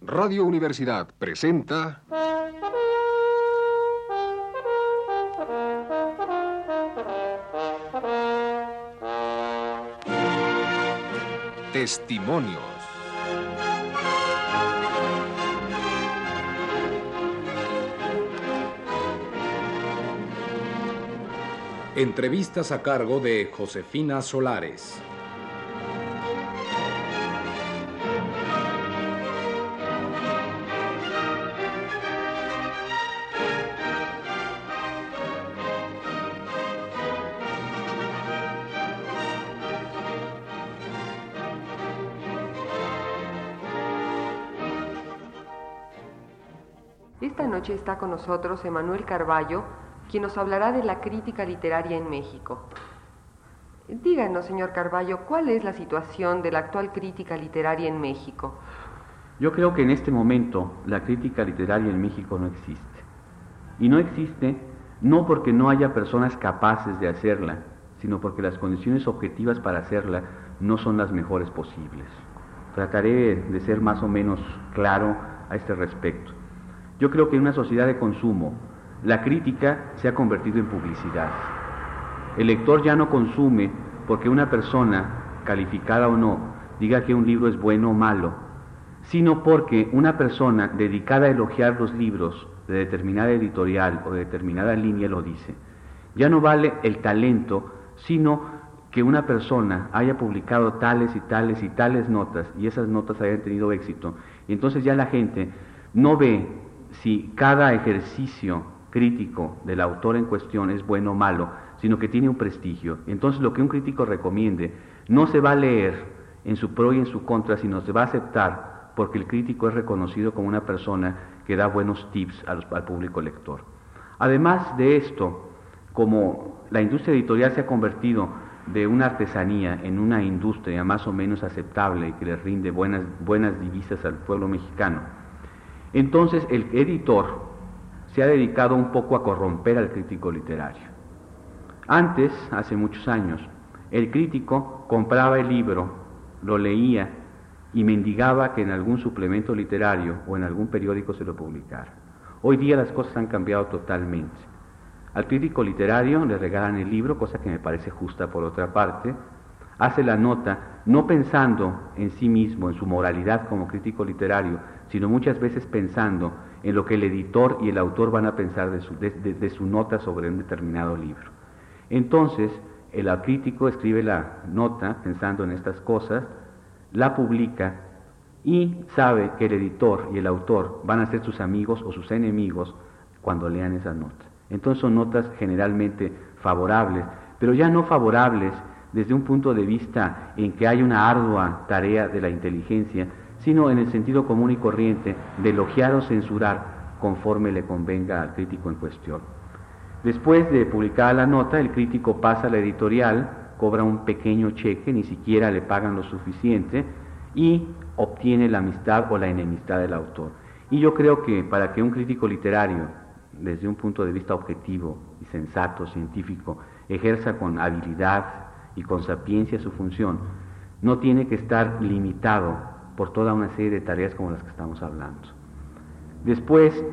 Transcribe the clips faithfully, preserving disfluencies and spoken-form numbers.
Radio Universidad presenta... Testimonios. Entrevistas a cargo de Josefina Solares. Esta noche está con nosotros Emanuel Carballo, quien nos hablará de la crítica literaria en México. Díganos, señor Carballo, ¿cuál es la situación de la actual crítica literaria en México? Yo creo que en este momento la crítica literaria en México no existe. Y no existe no porque no haya personas capaces de hacerla, sino porque las condiciones objetivas para hacerla no son las mejores posibles. Trataré de ser más o menos claro a este respecto. Yo creo que en una sociedad de consumo, la crítica se ha convertido en publicidad. El lector ya no consume porque una persona, calificada o no, diga que un libro es bueno o malo, sino porque una persona dedicada a elogiar los libros de determinada editorial o de determinada línea lo dice. Ya no vale el talento, sino que una persona haya publicado tales y tales y tales notas y esas notas hayan tenido éxito. Y entonces ya la gente no ve si cada ejercicio crítico del autor en cuestión es bueno o malo, sino que tiene un prestigio. Entonces lo que un crítico recomiende no se va a leer en su pro y en su contra, sino se va a aceptar porque el crítico es reconocido como una persona que da buenos tips a los, al público lector. Además de esto, como la industria editorial se ha convertido de una artesanía en una industria más o menos aceptable y que le rinde buenas, buenas divisas al pueblo mexicano, entonces el editor se ha dedicado un poco a corromper al crítico literario. Antes, hace muchos años, el crítico compraba el libro, lo leía y mendigaba que en algún suplemento literario o en algún periódico se lo publicara. Hoy día las cosas han cambiado totalmente. Al crítico literario le regalan el libro, cosa que me parece justa por otra parte, hace la nota no pensando en sí mismo, en su moralidad como crítico literario, sino muchas veces pensando en lo que el editor y el autor van a pensar de su, de, de, de su nota sobre un determinado libro. Entonces, el crítico escribe la nota pensando en estas cosas, la publica y sabe que el editor y el autor van a ser sus amigos o sus enemigos cuando lean esa nota. Entonces son notas generalmente favorables, pero ya no favorables desde un punto de vista en que hay una ardua tarea de la inteligencia, sino en el sentido común y corriente de elogiar o censurar conforme le convenga al crítico en cuestión. Después de publicada la nota, el crítico pasa a la editorial, cobra un pequeño cheque, ni siquiera le pagan lo suficiente, y obtiene la amistad o la enemistad del autor. Y yo creo que para que un crítico literario, desde un punto de vista objetivo y sensato, científico, ejerza con habilidad y con sapiencia su función, no tiene que estar limitado por toda una serie de tareas como las que estamos hablando. Después,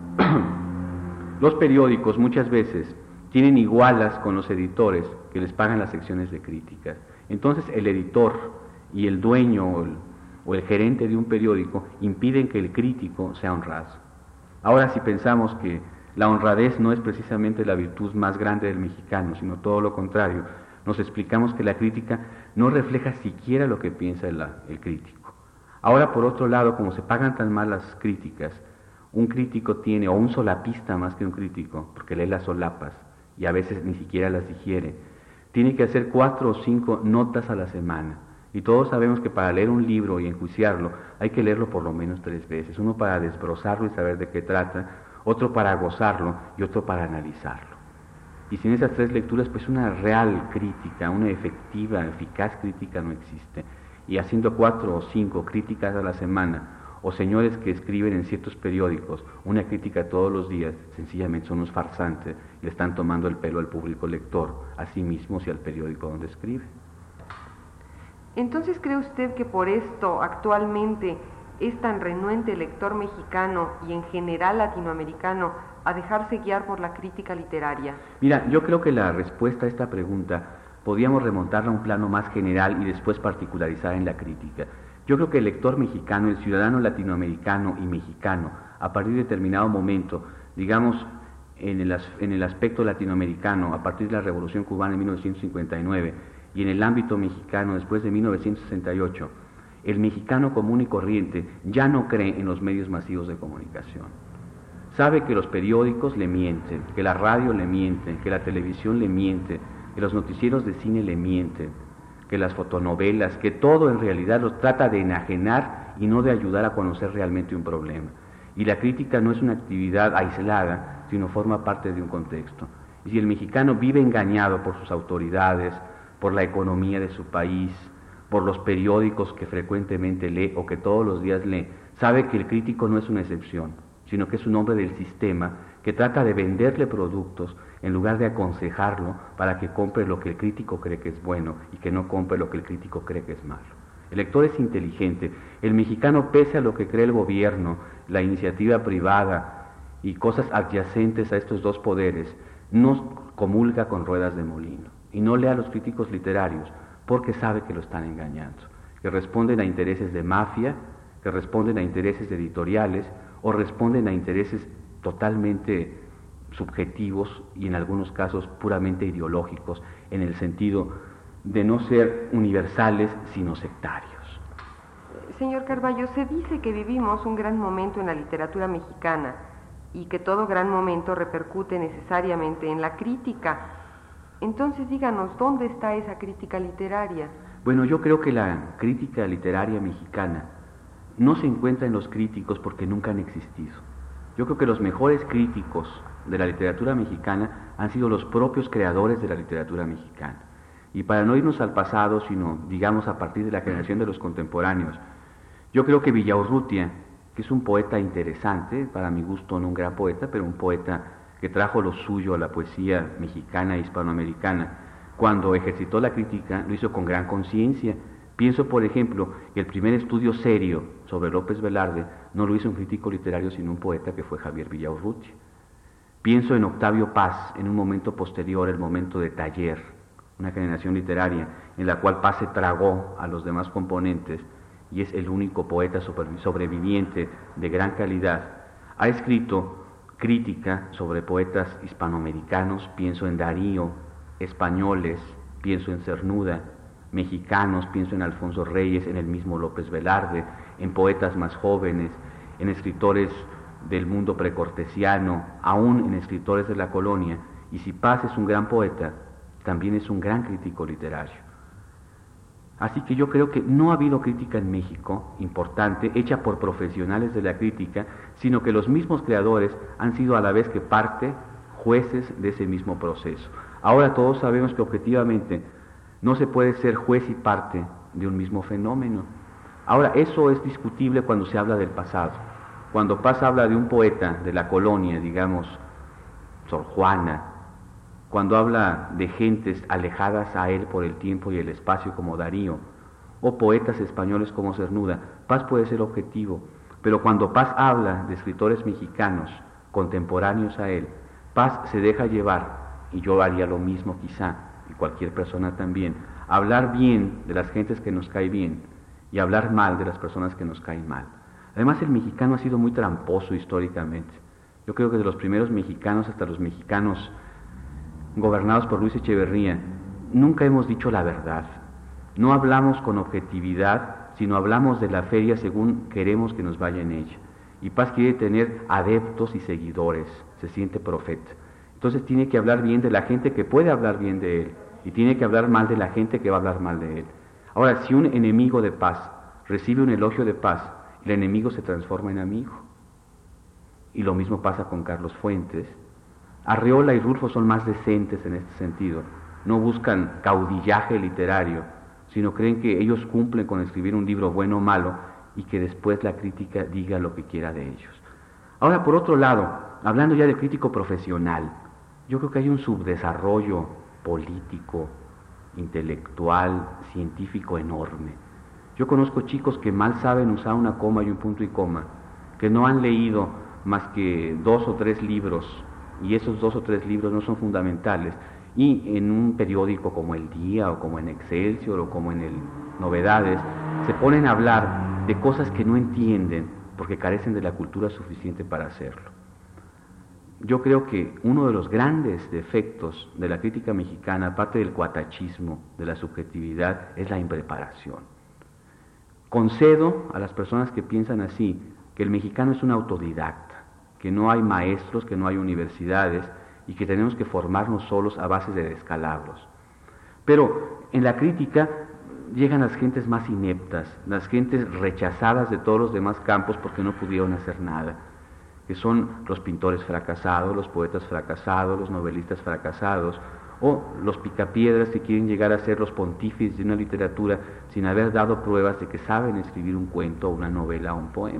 los periódicos muchas veces tienen igualas con los editores que les pagan las secciones de críticas. Entonces el editor y el dueño o el, o el gerente de un periódico impiden que el crítico sea honrado. Ahora, si pensamos que la honradez no es precisamente la virtud más grande del mexicano, sino todo lo contrario, nos explicamos que la crítica no refleja siquiera lo que piensa el, el crítico. Ahora, por otro lado, como se pagan tan mal las críticas, un crítico tiene, o un solapista más que un crítico, porque lee las solapas y a veces ni siquiera las digiere, tiene que hacer cuatro o cinco notas a la semana. Y todos sabemos que para leer un libro y enjuiciarlo hay que leerlo por lo menos tres veces. Uno para desbrozarlo y saber de qué trata, otro para gozarlo y otro para analizarlo. Y sin esas tres lecturas, pues una real crítica, una efectiva, eficaz crítica no existe. Y haciendo cuatro o cinco críticas a la semana, o señores que escriben en ciertos periódicos una crítica todos los días, sencillamente son unos farsantes y le están tomando el pelo al público lector, a sí mismos y al periódico donde escribe. Entonces, ¿cree usted que por esto actualmente es tan renuente el lector mexicano y en general latinoamericano a dejarse guiar por la crítica literaria? Mira, yo creo que la respuesta a esta pregunta podíamos remontarla a un plano más general y después particularizar en la crítica. Yo creo que el lector mexicano, el ciudadano latinoamericano y mexicano, a partir de determinado momento, digamos, en el, en el aspecto latinoamericano, a partir de la Revolución Cubana en mil novecientos cincuenta y nueve, y en el ámbito mexicano después de mil novecientos sesenta y ocho, el mexicano común y corriente ya no cree en los medios masivos de comunicación. Sabe que los periódicos le mienten, que la radio le miente, que la televisión le miente, que los noticieros de cine le mienten, que las fotonovelas, que todo en realidad los trata de enajenar y no de ayudar a conocer realmente un problema. Y la crítica no es una actividad aislada, sino forma parte de un contexto. Y si el mexicano vive engañado por sus autoridades, por la economía de su país, por los periódicos que frecuentemente lee o que todos los días lee, sabe que el crítico no es una excepción, sino que es un hombre del sistema que trata de venderle productos en lugar de aconsejarlo para que compre lo que el crítico cree que es bueno y que no compre lo que el crítico cree que es malo. El lector es inteligente. El mexicano, pese a lo que cree el gobierno, la iniciativa privada y cosas adyacentes a estos dos poderes, no comulga con ruedas de molino y no lee a los críticos literarios porque sabe que lo están engañando, que responden a intereses de mafia, que responden a intereses editoriales o responden a intereses totalmente subjetivos y en algunos casos puramente ideológicos, en el sentido de no ser universales sino sectarios. Señor Carballo, se dice que vivimos un gran momento en la literatura mexicana y que todo gran momento repercute necesariamente en la crítica. Entonces díganos, ¿dónde está esa crítica literaria? Bueno, yo creo que la crítica literaria mexicana no se encuentra en los críticos porque nunca han existido. Yo creo que los mejores críticos de la literatura mexicana han sido los propios creadores de la literatura mexicana. Y para no irnos al pasado, sino, digamos, a partir de la generación de los contemporáneos, yo creo que Villaurrutia, que es un poeta interesante, para mi gusto no un gran poeta, pero un poeta que trajo lo suyo a la poesía mexicana e hispanoamericana, cuando ejercitó la crítica, lo hizo con gran conciencia. Pienso, por ejemplo, que el primer estudio serio sobre López Velarde no lo hizo un crítico literario, sino un poeta que fue Javier Villaurrutia. Pienso en Octavio Paz, en un momento posterior, el momento de Taller, una generación literaria en la cual Paz se tragó a los demás componentes y es el único poeta sobreviviente de gran calidad. Ha escrito crítica sobre poetas hispanoamericanos, pienso en Darío, españoles, pienso en Cernuda, mexicanos, pienso en Alfonso Reyes, en el mismo López Velarde, en poetas más jóvenes, en escritores del mundo precortesiano, aún en escritores de la colonia. Y si Paz es un gran poeta, también es un gran crítico literario. Así que yo creo que no ha habido crítica en México importante, hecha por profesionales de la crítica, sino que los mismos creadores han sido a la vez que parte, jueces de ese mismo proceso. Ahora todos sabemos que objetivamente no se puede ser juez y parte de un mismo fenómeno. Ahora, eso es discutible cuando se habla del pasado. Cuando Paz habla de un poeta de la colonia, digamos, Sor Juana, cuando habla de gentes alejadas a él por el tiempo y el espacio como Darío, o poetas españoles como Cernuda, Paz puede ser objetivo, pero cuando Paz habla de escritores mexicanos contemporáneos a él, Paz se deja llevar, y yo haría lo mismo quizá, y cualquier persona también, hablar bien de las gentes que nos caen bien y hablar mal de las personas que nos caen mal. Además, el mexicano ha sido muy tramposo históricamente. Yo creo que de los primeros mexicanos hasta los mexicanos gobernados por Luis Echeverría, nunca hemos dicho la verdad. No hablamos con objetividad, sino hablamos de la feria según queremos que nos vaya en ella. Y Paz quiere tener adeptos y seguidores, se siente profeta. Entonces tiene que hablar bien de la gente que puede hablar bien de él, y tiene que hablar mal de la gente que va a hablar mal de él. Ahora, si un enemigo de Paz recibe un elogio de Paz, el enemigo se transforma en amigo. Y lo mismo pasa con Carlos Fuentes. Arreola y Rulfo son más decentes en este sentido. No buscan caudillaje literario, sino creen que ellos cumplen con escribir un libro bueno o malo y que después la crítica diga lo que quiera de ellos. Ahora, por otro lado, hablando ya de crítico profesional, yo creo que hay un subdesarrollo político, intelectual, científico enorme. Yo conozco chicos que mal saben usar una coma y un punto y coma, que no han leído más que dos o tres libros, y esos dos o tres libros no son fundamentales, y en un periódico como El Día, o como en Excelsior, o como en el Novedades, se ponen a hablar de cosas que no entienden, porque carecen de la cultura suficiente para hacerlo. Yo creo que uno de los grandes defectos de la crítica mexicana, aparte del cuatachismo, de la subjetividad, es la impreparación. Concedo a las personas que piensan así que el mexicano es un autodidacta, que no hay maestros, que no hay universidades y que tenemos que formarnos solos a base de descalabros. Pero en la crítica llegan las gentes más ineptas, las gentes rechazadas de todos los demás campos porque no pudieron hacer nada, que son los pintores fracasados, los poetas fracasados, los novelistas fracasados, o los picapiedras que quieren llegar a ser los pontífices de una literatura sin haber dado pruebas de que saben escribir un cuento, una novela o un poema.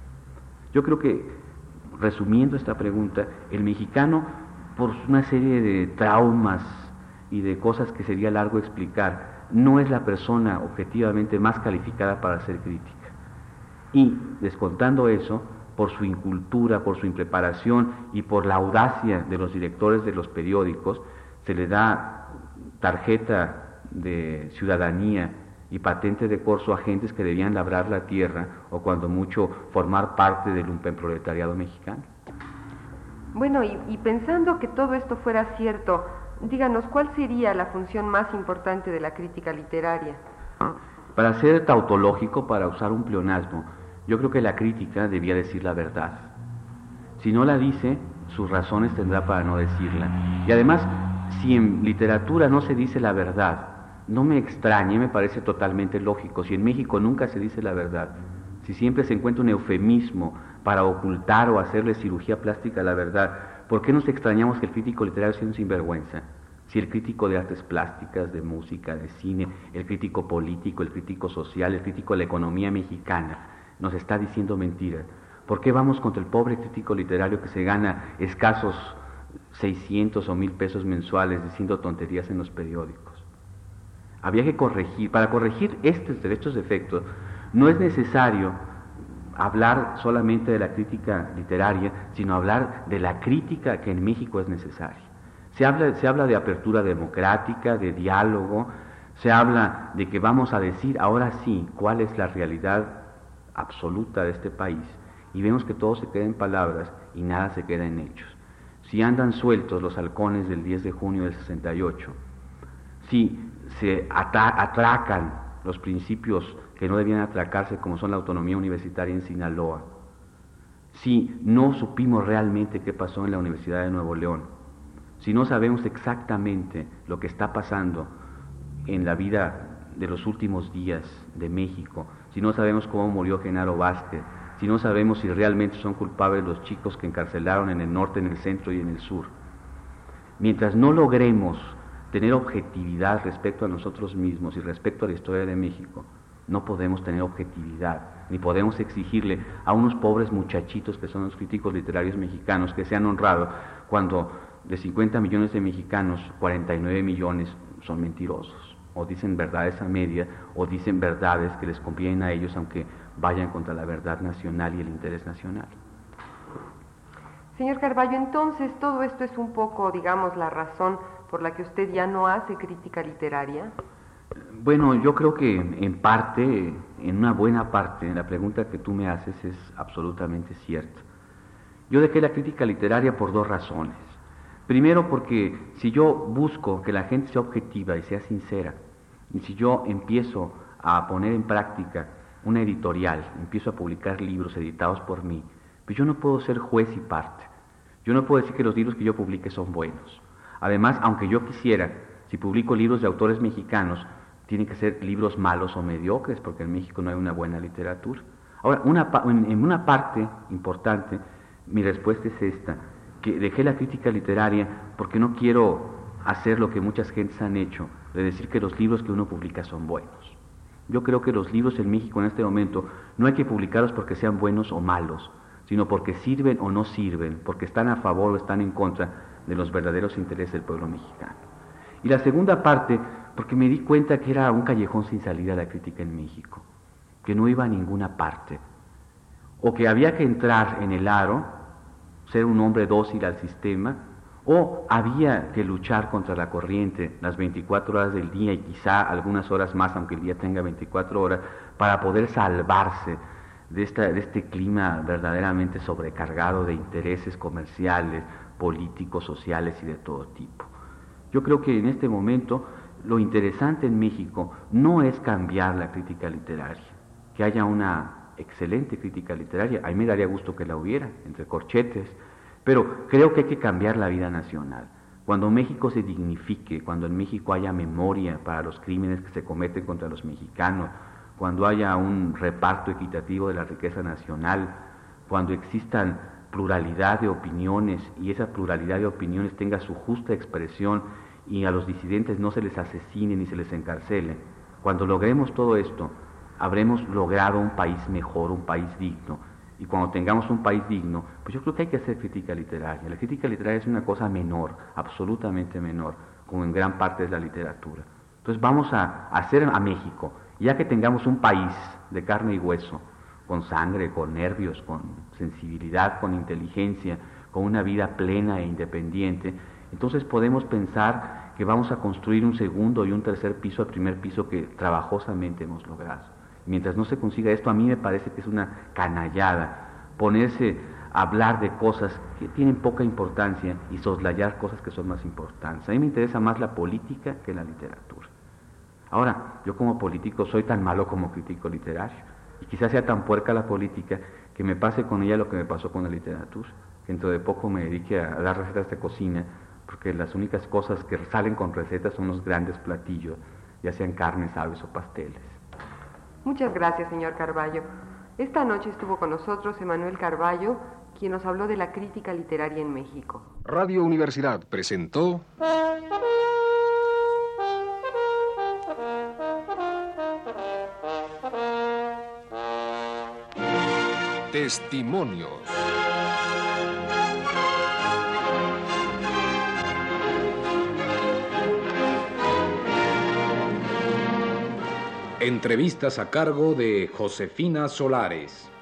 Yo creo que, resumiendo esta pregunta, el mexicano, por una serie de traumas y de cosas que sería largo explicar, no es la persona objetivamente más calificada para hacer crítica. Y, descontando eso, por su incultura, por su impreparación y por la audacia de los directores de los periódicos, se le da tarjeta de ciudadanía y patente de corso a gentes que debían labrar la tierra o cuando mucho formar parte del lumpenproletariado mexicano. Bueno, y, y pensando que todo esto fuera cierto, díganos, ¿cuál sería la función más importante de la crítica literaria? Para ser tautológico, para usar un pleonasmo, yo creo que la crítica debía decir la verdad. Si no la dice, sus razones tendrá para no decirla. Y además, si en literatura no se dice la verdad, no me extrañe, me parece totalmente lógico. Si en México nunca se dice la verdad, si siempre se encuentra un eufemismo para ocultar o hacerle cirugía plástica a la verdad, ¿por qué nos extrañamos que el crítico literario sea un sinvergüenza? Si el crítico de artes plásticas, de música, de cine, el crítico político, el crítico social, el crítico de la economía mexicana nos está diciendo mentiras, ¿por qué vamos contra el pobre crítico literario que se gana escasos seiscientos o mil pesos mensuales diciendo tonterías en los periódicos? Había que corregir, para corregir estos derechos defectos, no es necesario hablar solamente de la crítica literaria, sino hablar de la crítica que en México es necesaria. Se habla, se habla de apertura democrática, de diálogo, se habla de que vamos a decir ahora sí cuál es la realidad absoluta de este país, y vemos que todo se queda en palabras y nada se queda en hechos. Si andan sueltos los halcones del diez de junio del sesenta y ocho, si se ata- atracan los principios que no debían atracarse, como son la autonomía universitaria en Sinaloa, si no supimos realmente qué pasó en la Universidad de Nuevo León, si no sabemos exactamente lo que está pasando en la vida de los últimos días de México, si no sabemos cómo murió Genaro Vázquez, si no sabemos si realmente son culpables los chicos que encarcelaron en el norte, en el centro y en el sur, mientras no logremos tener objetividad respecto a nosotros mismos y respecto a la historia de México, no podemos tener objetividad, ni podemos exigirle a unos pobres muchachitos que son los críticos literarios mexicanos que se han honrado, cuando de cincuenta millones de mexicanos, cuarenta y nueve millones son mentirosos, o dicen verdades a media, o dicen verdades que les convienen a ellos, aunque vayan contra la verdad nacional y el interés nacional. Señor Carballo, entonces todo esto es un poco, digamos, la razón por la que usted ya no hace crítica literaria. Bueno, yo creo que en parte, en una buena parte, la pregunta que tú me haces es absolutamente cierta. Yo dejé la crítica literaria por dos razones. Primero, porque si yo busco que la gente sea objetiva y sea sincera, y si yo empiezo a poner en práctica una editorial, empiezo a publicar libros editados por mí, pues yo no puedo ser juez y parte. Yo no puedo decir que los libros que yo publique son buenos. Además, aunque yo quisiera, si publico libros de autores mexicanos, tienen que ser libros malos o mediocres, porque en México no hay una buena literatura. Ahora, una, en, en una parte importante, mi respuesta es esta, que dejé la crítica literaria porque no quiero hacer lo que muchas gentes han hecho, de decir que los libros que uno publica son buenos. Yo creo que los libros en México en este momento no hay que publicarlos porque sean buenos o malos, sino porque sirven o no sirven, porque están a favor o están en contra de los verdaderos intereses del pueblo mexicano. Y la segunda parte, porque me di cuenta que era un callejón sin salida la crítica en México. que no iba a ninguna parte, o que había que entrar en el aro, ser un hombre dócil al sistema, o había que luchar contra la corriente las veinticuatro horas del día y quizá algunas horas más, aunque el día tenga veinticuatro horas, para poder salvarse de, esta, de este clima verdaderamente sobrecargado de intereses comerciales, políticos, sociales y de todo tipo. Yo creo que en este momento lo interesante en México no es cambiar la crítica literaria, que haya una excelente crítica literaria, a mí me daría gusto que la hubiera, entre corchetes, pero creo que hay que cambiar la vida nacional. Cuando México se dignifique, cuando en México haya memoria para los crímenes que se cometen contra los mexicanos, cuando haya un reparto equitativo de la riqueza nacional, cuando existan pluralidad de opiniones y esa pluralidad de opiniones tenga su justa expresión y a los disidentes no se les asesine ni se les encarcele, cuando logremos todo esto, habremos logrado un país mejor, un país digno. Y cuando tengamos un país digno, pues yo creo que hay que hacer crítica literaria. La crítica literaria es una cosa menor, absolutamente menor, como en gran parte es la literatura. Entonces vamos a hacer a México, ya que tengamos un país de carne y hueso, con sangre, con nervios, con sensibilidad, con inteligencia, con una vida plena e independiente, entonces podemos pensar que vamos a construir un segundo y un tercer piso al primer piso que trabajosamente hemos logrado. Mientras no se consiga esto, a mí me parece que es una canallada ponerse a hablar de cosas que tienen poca importancia y soslayar cosas que son más importantes. A mí me interesa más la política que la literatura. Ahora, yo como político soy tan malo como crítico literario y quizás sea tan puerca la política que me pase con ella lo que me pasó con la literatura, que dentro de poco me dedique a dar recetas de cocina, porque las únicas cosas que salen con recetas son los grandes platillos, ya sean carnes, aves o pasteles. Muchas gracias, señor Carballo. Esta noche estuvo con nosotros Emanuel Carballo, quien nos habló de la crítica literaria en México. Radio Universidad presentó Testimonios. Entrevistas a cargo de Josefina Solares.